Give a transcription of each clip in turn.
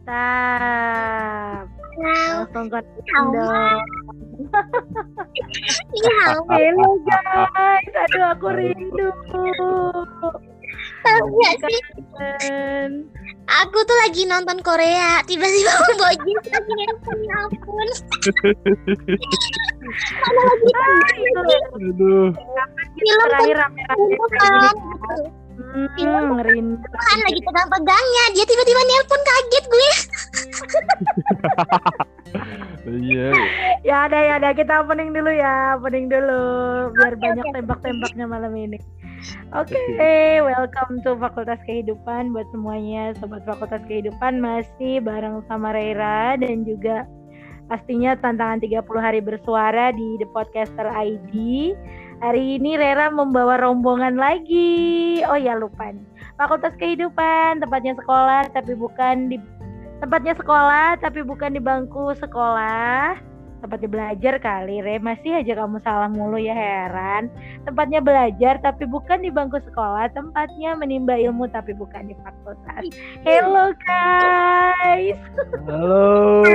Mantap. Langsung konten dong. Halo guys, aduh aku rindu. Tahu nggak sih? Aku tuh lagi nonton Korea, tiba-tiba Bojis lagi nelfon, ya ampun. Mana lagi Aduh. Film terakhir rame-rame kayak gini. Rindu. kan lagi pegang-pegangnya, dia tiba-tiba nelpon, kaget gue. Iya. Ya ada kita opening dulu biar banyak tembak-tembaknya malam ini. Oke, welcome to Fakultas Kehidupan buat semuanya sobat Fakultas Kehidupan, masih bareng sama Reira dan juga pastinya tantangan 30 hari bersuara di The Podcaster ID. Hari ini Reira membawa rombongan lagi. Oh ya, lupa nih. Fakultas Kehidupan, tempatnya sekolah tapi bukan di bangku sekolah. Tempatnya belajar kali, Re. Masih aja kamu salah mulu ya, heran. Tempatnya belajar tapi bukan di bangku sekolah. Tempatnya menimba ilmu tapi bukan di fakultas. Hello guys. Halo.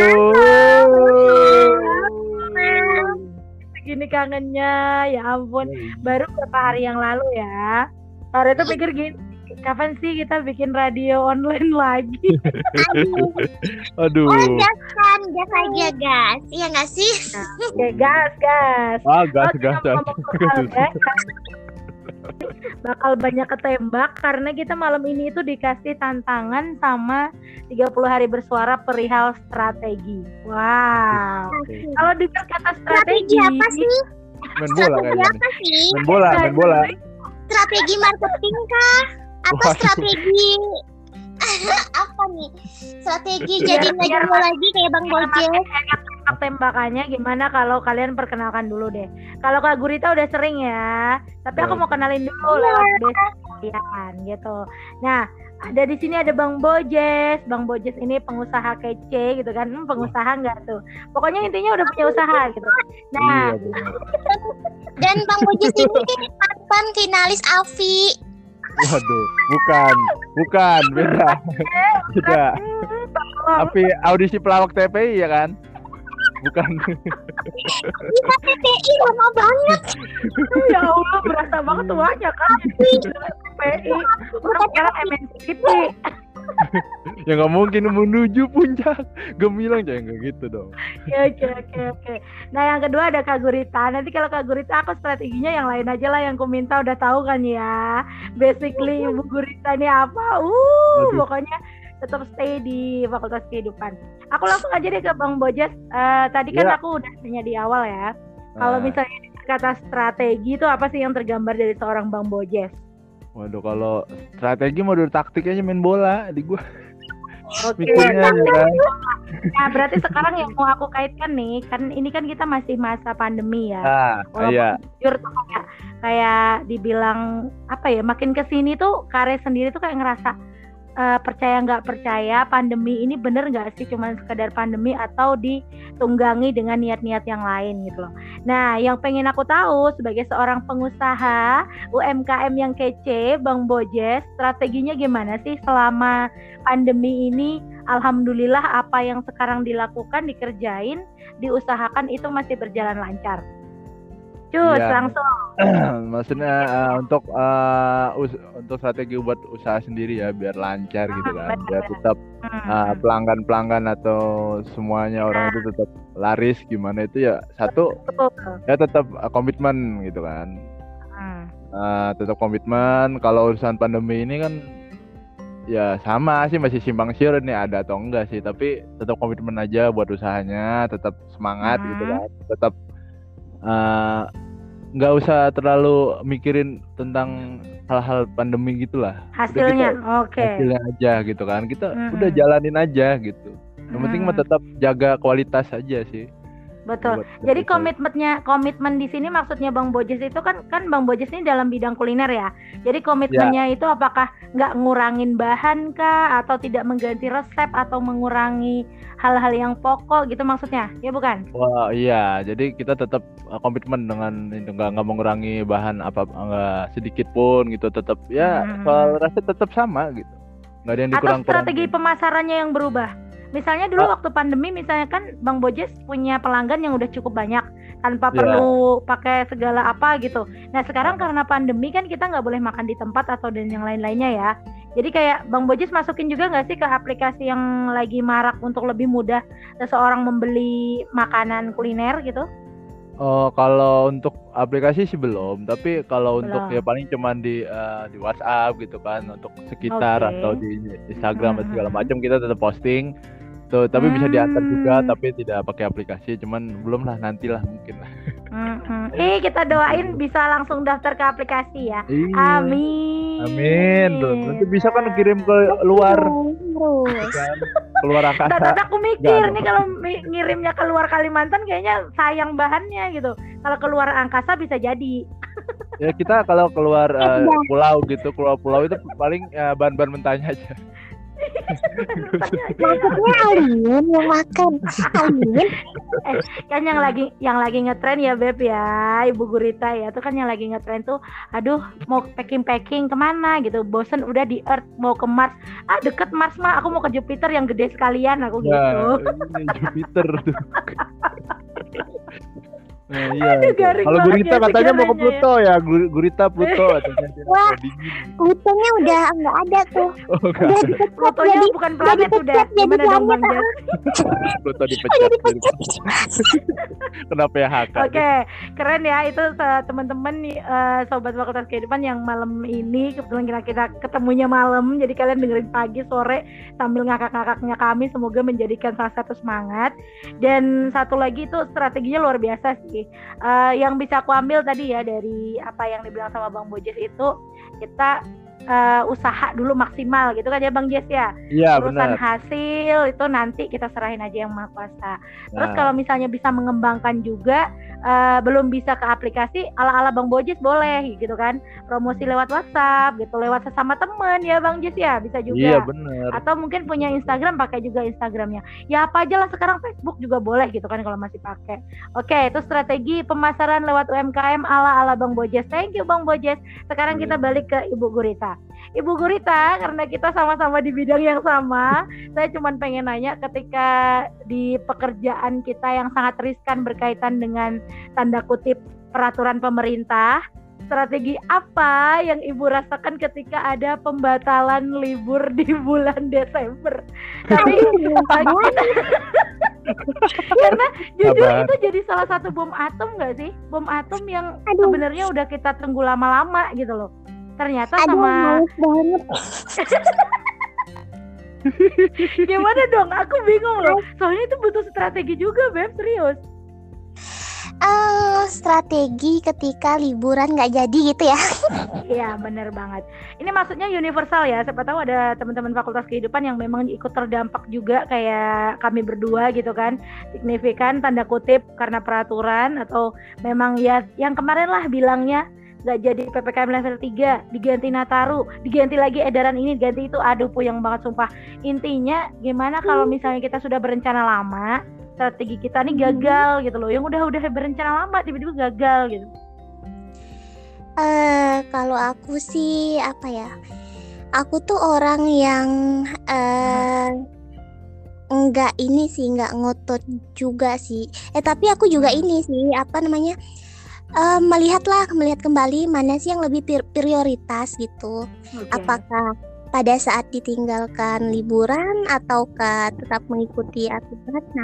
Segini kangennya, ya ampun. Baru beberapa hari yang lalu ya. Sore itu pikir gini, kapan sih kita bikin radio online lagi? Aduh. Oh, gas aja, gas. Iya nggak sih? Oke, gas. Gas. Bakal banyak ketembak karena kita malam ini itu dikasih tantangan sama 30 hari bersuara perihal strategi. Wow. Kalau dengar kata strategi apa sih? Main bola kayaknya. Apa sih? Main bola. Strategi marketing kah? Atau Waduh. strategi apa nih? Strategi jadi nggak jauh lagi kayak Bang Bojes. tembakannya gimana kalau kalian perkenalkan dulu deh. Kalau Kak Gurita udah sering ya, tapi aku mau kenalin dulu lewat basic kalian gitu. Nah, ada di sini ada Bang Bojes. Bang Bojes ini pengusaha kece gitu kan. Pengusaha enggak tuh. Pokoknya intinya udah punya usaha gitu. Nah, Dan Bang Bojes ini mantan finalis AFI. Waduh, bukan, beda. Tapi audisi pelawak TPI ya kan? Bukan. Kita TPI lama banget. ya Allah, berasa banget tuanya kan. PI. Orang sekarang MNCT. Ya nggak mungkin menuju puncak gemilang, jangan kayak gitu dong. Oke. Nah, yang kedua ada Kak Gurita. Nanti kalau Kak Gurita aku strateginya yang lain aja lah, yang ku minta udah tahu kan ya. Basically Ibu Gurita ini apa? Pokoknya tetap stay di Fakultas Kehidupan. Aku langsung aja deh ke Bang Bojes. Tadi kan aku udah tanya di awal ya. Kalau misalnya kata strategi itu apa sih yang tergambar dari seorang Bang Bojes? Waduh, kalau strategi mau taktik aja main bola di gua. Oke. Mikirnya kan. Nah, berarti sekarang yang mau aku kaitkan nih, kan ini kan kita masih masa pandemi ya. Iya. Jujur tuh kayak dibilang apa ya, makin kesini tuh Kare sendiri tuh kayak ngerasa percaya nggak percaya pandemi ini bener nggak sih cuma sekedar pandemi atau ditunggangi dengan niat-niat yang lain gitu loh. Nah, yang pengen aku tahu sebagai seorang pengusaha UMKM yang kece, Bang Bojes, strateginya gimana sih selama pandemi ini? Alhamdulillah apa yang sekarang dilakukan, dikerjain, diusahakan itu masih berjalan lancar. Cus, langsung. Maksudnya untuk strategi buat usaha sendiri ya, biar lancar gitu kan, biar tetap pelanggan atau semuanya orang itu tetap laris, gimana itu ya, satu ya tetap komitmen gitu kan. Tetap komitmen. Kalau urusan pandemi ini kan ya sama sih, masih simpang siur nih ada atau enggak sih, tapi tetap komitmen aja buat usahanya, tetap semangat gitu kan, tetap nggak usah terlalu mikirin tentang hal-hal pandemi gitulah. Hasilnya aja gitu kan, kita udah jalanin aja gitu. Yang penting mah tetap jaga kualitas aja sih. Betul. Jadi komitmen di sini maksudnya Bang Bojes itu kan Bang Bojes ini dalam bidang kuliner ya. Jadi komitmennya itu apakah nggak ngurangin bahan kah, atau tidak mengganti resep, atau mengurangi hal-hal yang pokok gitu maksudnya? Ya bukan? Wah iya. Jadi kita tetap komitmen dengan itu, nggak mengurangi bahan apa, nggak sedikit pun gitu. Tetap ya soal rasa tetap sama gitu. Nggak ada yang dikurang-kurangin. Atau strategi pemasarannya yang berubah? Misalnya dulu waktu pandemi, misalnya kan Bang Bojes punya pelanggan yang udah cukup banyak tanpa Ya. perlu pakai segala apa gitu. Nah sekarang karena pandemi kan kita nggak boleh makan di tempat atau dan yang lain-lainnya ya. Jadi kayak Bang Bojes masukin juga nggak sih ke aplikasi yang lagi marak untuk lebih mudah seseorang membeli makanan kuliner gitu? Oh, kalau untuk aplikasi sih belum, tapi kalau untuk Belum. ya paling cuman di WhatsApp gitu kan, untuk sekitar Oke. atau di Instagram dan segala Mm-mm. macam kita tetap posting. Tuh, tapi bisa diantar juga, Hmm. tapi tidak pakai aplikasi, cuman belum lah, nantilah mungkin lah. Kita doain bisa langsung daftar ke aplikasi ya. Iya. Amin. Amin. Tuh, nanti bisa kan kirim ke luar, Terus. kan? Keluar angkasa. Tadi aku mikir Nggak nih kalau ngirimnya keluar Kalimantan kayaknya sayang bahannya gitu. Kalau keluar angkasa bisa jadi. Ya kita kalau keluar pulau gitu, keluar pulau itu paling bahan-bahan mentahnya aja. Maksudnya alien yang makan. Alien. Kan yang lagi ngetren ya Beb ya, Ibu Gurita ya. Itu kan yang lagi ngetren tuh, aduh mau packing kemana gitu. Bosen udah di Earth, mau ke Mars. Deket Mars mah, aku mau ke Jupiter yang gede sekalian aku gitu. Ini Jupiter tuh. Nah, iya. Aduh, garing Kalau banget Gurita ya katanya mau ke pikirannya Pluto ya, Gurita Pluto katanya dia Wah. mau dingin. Plutonya udah nggak ada tuh. Oh, Udah enggak. dipecat Plutonya jadi bukan planet dipecat udah. jadi Gimana dong Bang planet. Jas? Pluto Udah dipecat. dipecat. Kenapa ya HK? Oke, keren ya itu teman-teman nih, sobat Fakultas Kehidupan yang malam ini kebetulan kita ketemunya malam, jadi kalian dengerin pagi sore sambil ngakak-ngakaknya kami, semoga menjadikan salah satu semangat. Dan satu lagi itu strateginya luar biasa sih. Yang bisa aku ambil tadi ya dari apa yang dibilang sama Bang Bojes itu, kita usaha dulu maksimal gitu kan ya Bang Jes ya. Iya, Urusan benar. hasil itu nanti kita serahin aja yang Maha Kuasa. Terus Nah, kalau misalnya bisa mengembangkan juga, belum bisa ke aplikasi, ala-ala Bang Bojes boleh gitu kan, promosi lewat WhatsApp gitu, lewat sesama temen ya Bang Jes ya, bisa iya juga. benar. Atau mungkin punya Instagram, pakai juga Instagramnya. Ya apa aja lah, sekarang Facebook juga boleh gitu kan kalau masih pakai. Oke, itu strategi pemasaran lewat UMKM ala-ala Bang Bojes. Thank you Bang Bojes. Sekarang kita balik ke Ibu Gurita. Ibu Gurita, karena kita sama-sama di bidang yang sama, saya cuma pengen nanya, ketika di pekerjaan kita yang sangat riskan berkaitan dengan tanda kutip peraturan pemerintah, strategi apa yang Ibu rasakan ketika ada pembatalan libur di bulan Desember? Tapi karena jujur Sabar. itu jadi salah satu bom atom nggak sih? Bom atom yang Aduh. sebenarnya udah kita tunggu lama-lama gitu loh. Ternyata Aduh, sama males banget. gimana dong? Aku bingung loh. Soalnya itu butuh strategi juga, Beb, serius. Strategi ketika liburan nggak jadi gitu ya. Iya, bener banget. Ini maksudnya universal ya. Siapa tahu ada teman-teman Fakultas Kehidupan yang memang ikut terdampak juga kayak kami berdua gitu kan. Signifikan tanda kutip karena peraturan, atau memang ya yang kemarin lah bilangnya nggak jadi PPKM level 3, diganti Nataru, diganti lagi edaran ini, diganti itu. Aduh, puyeng banget sumpah. Intinya gimana kalau misalnya kita sudah berencana lama, strategi kita nih gagal gitu loh. Yang udah berencana lama tiba-tiba gagal gitu. Kalau aku sih apa ya? Aku tuh orang yang enggak ini sih, enggak ngotot juga sih. Tapi aku juga ini sih, apa namanya? Melihat kembali mana sih yang lebih prioritas gitu. Oke. Apakah pada saat ditinggalkan liburan ataukah tetap mengikuti aturan? Nah,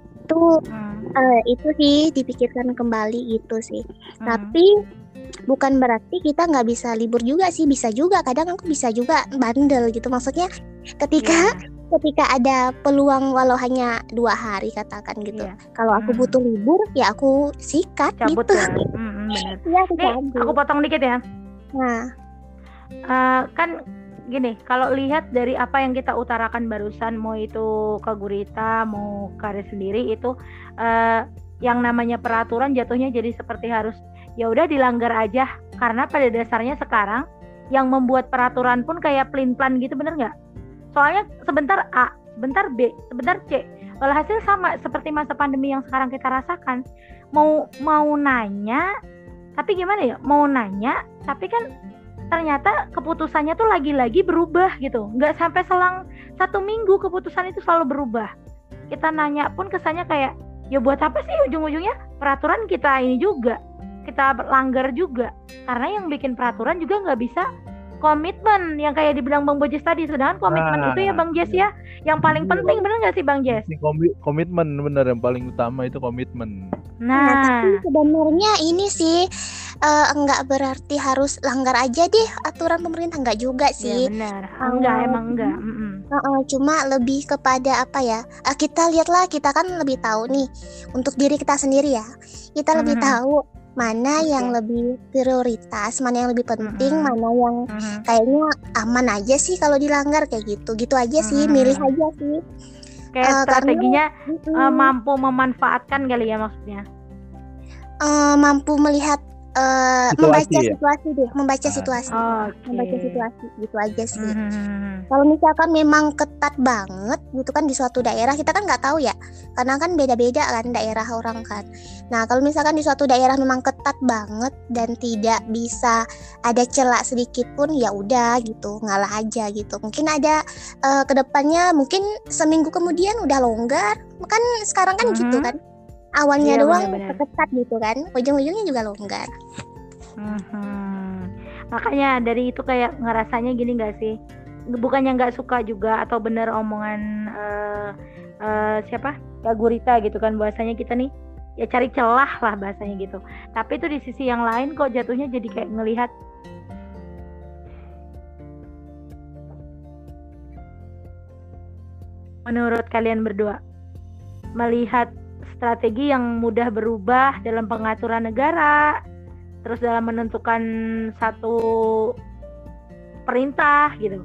itu sih dipikirkan kembali gitu sih. Tapi bukan berarti kita nggak bisa libur juga sih, bisa juga. Kadang aku bisa juga bandel gitu. Maksudnya ketika ada peluang walau hanya 2 hari katakan gitu. Iya. Kalau aku butuh libur ya aku sikat cabut gitu. ya. Bener. Iya, aku Nih, cabut. aku potong dikit ya. Nah, Kan gini, kalau lihat dari apa yang kita utarakan barusan, mau itu ke Gurita, mau Karis sendiri, itu yang namanya peraturan jatuhnya jadi seperti harus ya udah dilanggar aja, karena pada dasarnya sekarang yang membuat peraturan pun kayak plin-plan gitu, bener nggak? Soalnya sebentar A, sebentar B, sebentar C, walhasil sama seperti masa pandemi yang sekarang kita rasakan. Mau nanya, tapi gimana ya? Mau nanya, tapi kan ternyata keputusannya tuh lagi-lagi berubah gitu. Nggak sampai selang 1 minggu keputusan itu selalu berubah. Kita nanya pun kesannya kayak, ya buat apa sih, ujung-ujungnya peraturan kita ini juga, kita langgar juga. Karena yang bikin peraturan juga nggak bisa komitmen, yang kayak dibilang Bang Bojes tadi. Sedangkan komitmen itu ya Bang Jes ya, yang paling penting, bener nggak sih Bang Jes? Komitmen bener, yang paling utama itu komitmen. Tapi sebenarnya ini sih enggak berarti harus langgar aja deh aturan pemerintah, enggak juga sih. Ya benar, emang enggak. Cuma lebih kepada apa ya? Kita lihatlah, kita kan lebih tahu nih untuk diri kita sendiri ya. Kita lebih tahu mana yang lebih prioritas, mana yang lebih penting, mana yang kayaknya aman aja sih kalau dilanggar kayak gitu. Gitu aja sih, milih aja sih. Kayak strateginya mampu memanfaatkan kali ya maksudnya. Mampu melihat membaca situasi deh, membaca situasi gitu aja sih. Kalau misalkan memang ketat banget gitu kan di suatu daerah, kita kan nggak tahu ya, karena kan beda-beda kan daerah orang kan. Nah kalau misalkan di suatu daerah memang ketat banget dan tidak bisa ada celah sedikit pun, ya udah gitu, ngalah aja gitu. Mungkin ada kedepannya, mungkin seminggu kemudian udah longgar, kan sekarang kan gitu kan. Awalnya doang ketat gitu kan, ujung-ujungnya juga longgar. Makanya dari itu kayak ngerasanya gini gak sih, bukannya gak suka juga atau bener omongan siapa, Kak Gurita gitu kan, bahasanya kita nih ya cari celah lah bahasanya gitu. Tapi itu di sisi yang lain kok jatuhnya jadi kayak ngelihat, menurut kalian berdua, melihat strategi yang mudah berubah dalam pengaturan negara, terus dalam menentukan satu perintah gitu.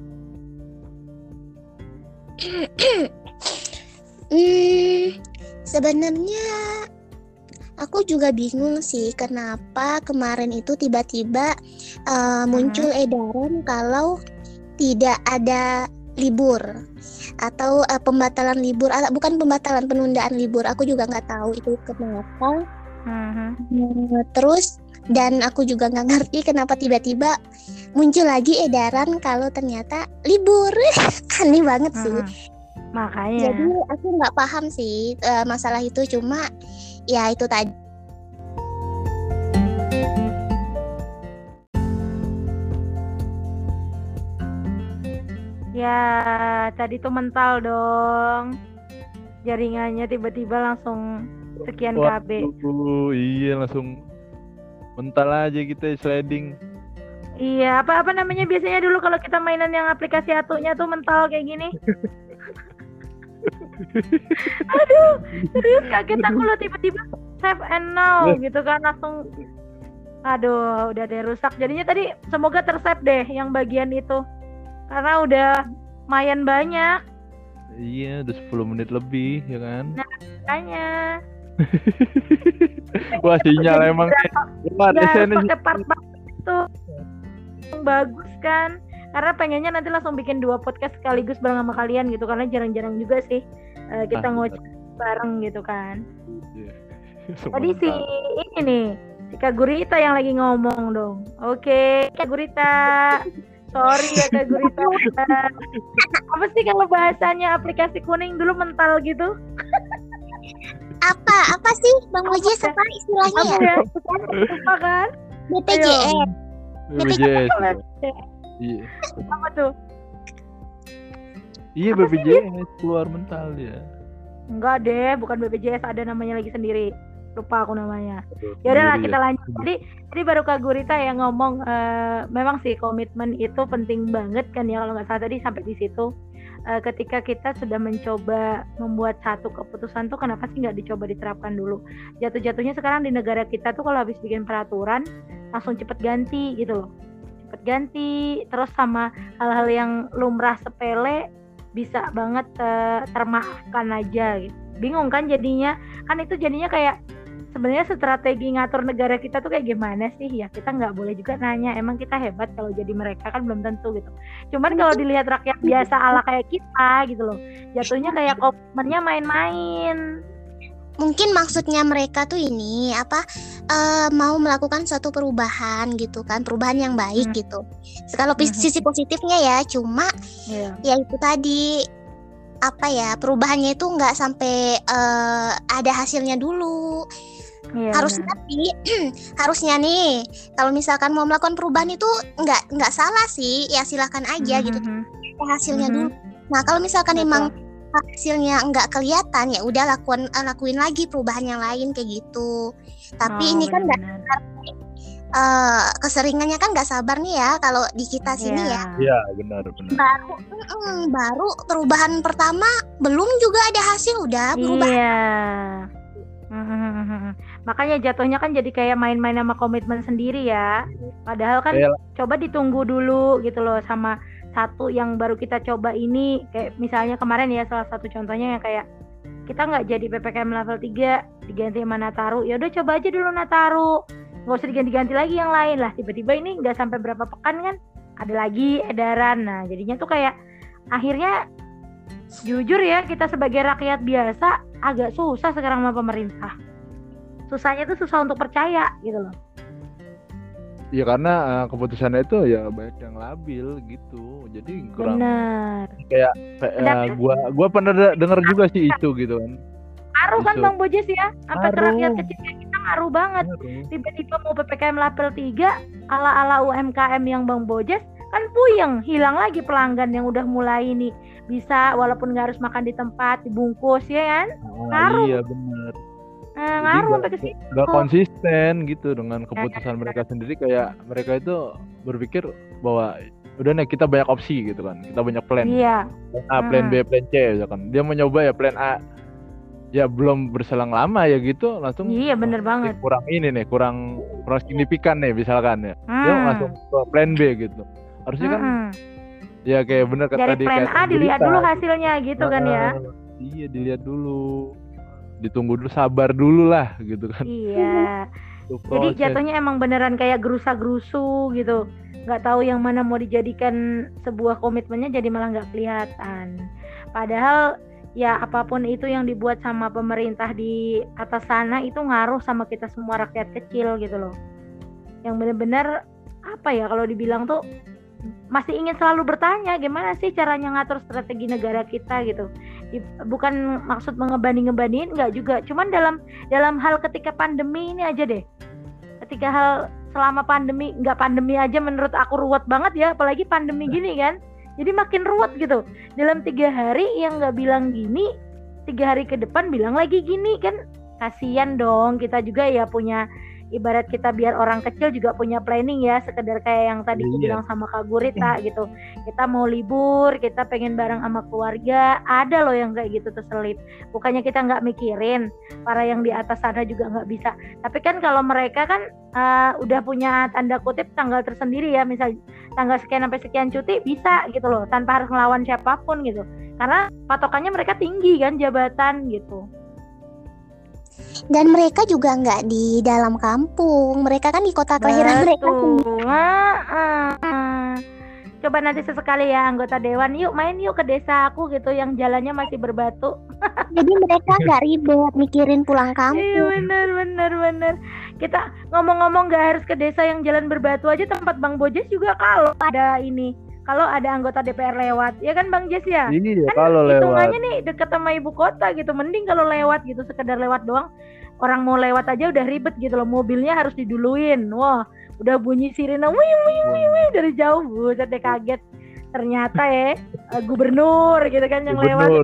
Sebenarnya aku juga bingung sih kenapa kemarin itu tiba-tiba muncul edaran kalau tidak ada libur atau pembatalan libur, bukan pembatalan, penundaan libur. Aku juga nggak tahu itu kenapa. Terus dan aku juga nggak ngerti kenapa tiba-tiba muncul lagi edaran kalau ternyata libur. Aneh banget sih. Makanya. Jadi aku nggak paham sih masalah itu, cuma ya itu tadi. Ya, tadi tuh mental dong. Jaringannya tiba-tiba langsung sekian KB. Iya, langsung mental aja kita sliding. Iya, apa namanya biasanya dulu kalau kita mainan yang aplikasi atunya tuh mental kayak gini. Aduh, serius kaget aku loh, tiba-tiba save and now gitu kan, langsung aduh udah deh rusak. Jadinya tadi semoga tersave deh yang bagian itu, karena udah lumayan banyak. Iya, udah 10 menit lebih ya kan. Nah, makanya wah sinyal emang pakai part-part itu bagus kan, karena pengennya nanti langsung bikin 2 podcast sekaligus bareng sama kalian gitu, karena jarang-jarang juga sih kita ngoceh bareng gitu kan. Tadi si ini nih, si Kak Gurita yang lagi ngomong dong. Oke, Kak Gurita, sorry ya Kak Gurita. Apa sih kalau bahasanya aplikasi kuning dulu mental gitu? Apa sih Bang Bojes, apa istilahnya ya? Apa kan? BPJS. BPJS. Iya. Apa tuh? Iya, BPJS keluar mental ya. Enggak deh, bukan BPJS, ada namanya lagi sendiri. Lupa aku namanya. Ya udahlah kita lanjut. Jadi baru Kak Gurita yang ngomong memang sih komitmen itu penting banget kan ya, kalau nggak salah tadi sampai di situ. Ketika kita sudah mencoba membuat satu keputusan tuh, kenapa sih nggak dicoba diterapkan dulu? Jatuh-jatuhnya sekarang di negara kita tuh kalau habis bikin peraturan langsung cepet ganti gitu loh. Cepet ganti, terus sama hal-hal yang lumrah sepele bisa banget termaafkan aja gitu. Bingung kan jadinya, kan itu jadinya kayak sebenarnya strategi ngatur negara kita tuh kayak gimana sih ya, kita nggak boleh juga nanya emang kita hebat kalau jadi mereka, kan belum tentu gitu. Cuman kalau dilihat rakyat biasa ala kayak kita gitu loh, jatuhnya kayak komitmennya main-main. mungkin maksudnya mereka tuh ini apa mau melakukan suatu perubahan gitu kan, perubahan yang baik gitu. Kalau sisi positifnya ya, cuma ya itu tadi apa ya, perubahannya itu nggak sampai ada hasilnya dulu. Harusnya nih kalau misalkan mau melakukan perubahan itu nggak salah sih, ya silakan aja gitu, hasilnya dulu. Nah kalau misalkan emang hasilnya nggak kelihatan, ya udah lakuin lagi perubahan yang lain kayak gitu. Tapi ini kan nggak keseringannya kan nggak sabar nih ya kalau di kita sini ya. Iya benar. Baru perubahan pertama belum juga ada hasil udah berubah. Iya. Makanya jatuhnya kan jadi kayak main-main sama komitmen sendiri ya. Padahal kan coba ditunggu dulu gitu loh, sama satu yang baru kita coba ini. Kayak misalnya kemarin ya, salah satu contohnya yang kayak kita nggak jadi PPKM level 3 diganti sama Nataru. Ya udah coba aja dulu Nataru, nggak usah diganti-ganti lagi yang lain lah. Tiba-tiba ini nggak sampai berapa pekan kan ada lagi edaran. Nah jadinya tuh kayak akhirnya jujur ya, kita sebagai rakyat biasa agak susah sekarang sama pemerintah. Susahnya tuh susah untuk percaya gitu loh. Ya karena keputusannya itu ya banyak yang labil gitu. Jadi kurang. Benar. Kayak gua pernah denger juga sih itu gitu kan. Ngaruh kan Bang Bojes ya, sampai ke rakyat kecil kita ngaruh banget. Tiba-tiba mau PPKM level 3 ala-ala UMKM yang Bang Bojes kan puyeng, hilang lagi pelanggan yang udah mulai nih bisa walaupun nggak harus makan di tempat, dibungkus ya kan. Ngaruh. Iya benar. Ngaruh sampai ke situ. Gak konsisten gitu dengan keputusan mereka sendiri. Kayak mereka itu berpikir bahwa udah nih kita banyak opsi gitu kan, kita banyak plan. Iya. Plan A, plan B, plan C ya kan. Dia mencoba ya plan A, ya belum berselang lama ya gitu langsung. Iya benar banget. Kurang ini nih, kurang signifikan nih misalkan ya. Dia langsung ke plan B gitu. Harusnya kan ya kayak bener kata dari plan A dilihat dulu hasilnya gitu kan ya. Iya dilihat dulu, ditunggu dulu, sabar dulu lah gitu kan. Iya. Jadi jatuhnya emang beneran kayak gerusa-gerusu gitu. Nggak tahu yang mana mau dijadikan sebuah komitmennya, jadi malah nggak kelihatan. Padahal ya apapun itu yang dibuat sama pemerintah di atas sana itu ngaruh sama kita semua rakyat kecil gitu loh. Yang benar-benar apa ya, kalau dibilang tuh masih ingin selalu bertanya gimana sih caranya ngatur strategi negara kita gitu. Bukan maksud ngebanding-ngebandingin, enggak juga, cuman dalam hal ketika pandemi ini aja deh. Ketika hal selama pandemi, enggak pandemi aja menurut aku ruwet banget ya, apalagi pandemi gini kan. Jadi makin ruwet gitu. Dalam 3 hari yang nggak bilang gini, 3 hari ke depan bilang lagi gini kan, kasian dong. Kita juga ya punya, ibarat kita biar orang kecil juga punya planning ya, sekedar kayak yang tadi aku bilang sama Kak Gurita gitu. Kita mau libur, kita pengen bareng sama keluarga, ada loh yang kayak gitu terselip. Bukannya kita nggak mikirin, para yang di atas sana juga nggak bisa. Tapi kan kalau mereka kan udah punya tanda kutip tanggal tersendiri ya, misal tanggal sekian sampai sekian cuti bisa gitu loh, tanpa harus ngelawan siapapun gitu. Karena patokannya mereka tinggi kan, jabatan gitu. Dan mereka juga nggak di dalam kampung, mereka kan di kota kelahiran mereka. Coba nanti sesekali ya anggota dewan, yuk main yuk ke desa aku gitu, yang jalannya masih berbatu. Jadi mereka nggak ribet mikirin pulang kampung. Iya bener. Kita ngomong-ngomong nggak harus ke desa yang jalan berbatu aja, tempat Bang Bojes juga kalau ada anggota DPR lewat, ya kan Bang Jes ya? Iya, kan kalau lewat. Hitungannya nih deket sama ibu kota gitu, mending kalau lewat gitu, sekedar lewat doang. Orang mau lewat aja udah ribet gitu loh, mobilnya harus diduluin. Wah, udah bunyi sirine, wih dari jauh, buset deh kaget. Ternyata ya gubernur gitu kan yang lewat.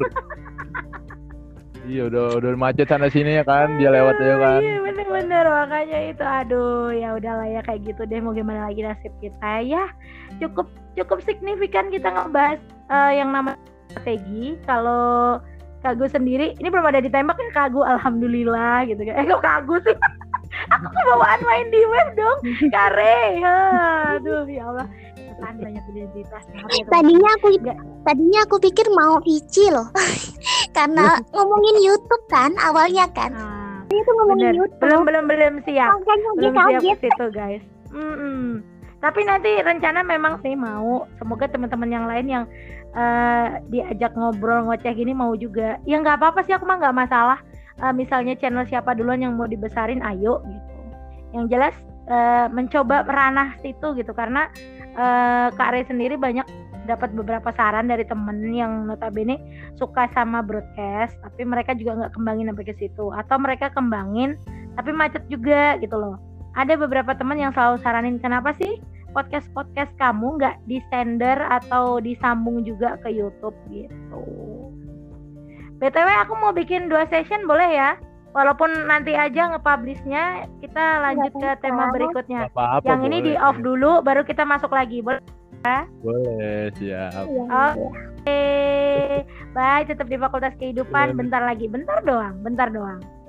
Iya, udah macet sana sini ya kan, dia lewat aja kan. Iya bener, makanya itu, aduh ya udahlah ya kayak gitu deh, mau gimana lagi nasib kita ya. Cukup signifikan kita ngebahas yang namanya strategi. Kalau Kagu sendiri, ini belum ada ditembak ya Kagu, alhamdulillah gitu kan. Kok Kagu sih? Aku kebawaan main di web dong, Kare. Aduh ya Allah, kan banyak identitas. Tadinya aku pikir mau Vici loh. Karena ngomongin YouTube kan awalnya kan. Itu ngomongin YouTube. Belum siap. Belum siap ke situ guys. Tapi nanti rencana memang sih mau, semoga teman-teman yang lain yang diajak ngobrol ngoceh gini mau juga. Ya nggak apa-apa sih, aku mah nggak masalah. misalnya channel siapa duluan yang mau dibesarin, ayo gitu. Yang jelas mencoba ranah situ gitu, karena Kak Re sendiri banyak dapat beberapa saran dari temen yang notabene suka sama broadcast, tapi mereka juga nggak kembangin sampai ke situ, atau mereka kembangin tapi macet juga gitu loh. Ada beberapa teman yang selalu saranin, kenapa sih podcast kamu nggak di-sender atau disambung juga ke YouTube gitu. BTW aku mau bikin 2 session boleh ya? Walaupun nanti aja nge-publishnya, kita lanjut ke tema berikutnya. Apa-apa, yang ini boleh. di off dulu, baru kita masuk lagi. Boleh? Boleh, siap. Oke. Bye, tetap di Fakultas Kehidupan. Bentar lagi, bentar doang.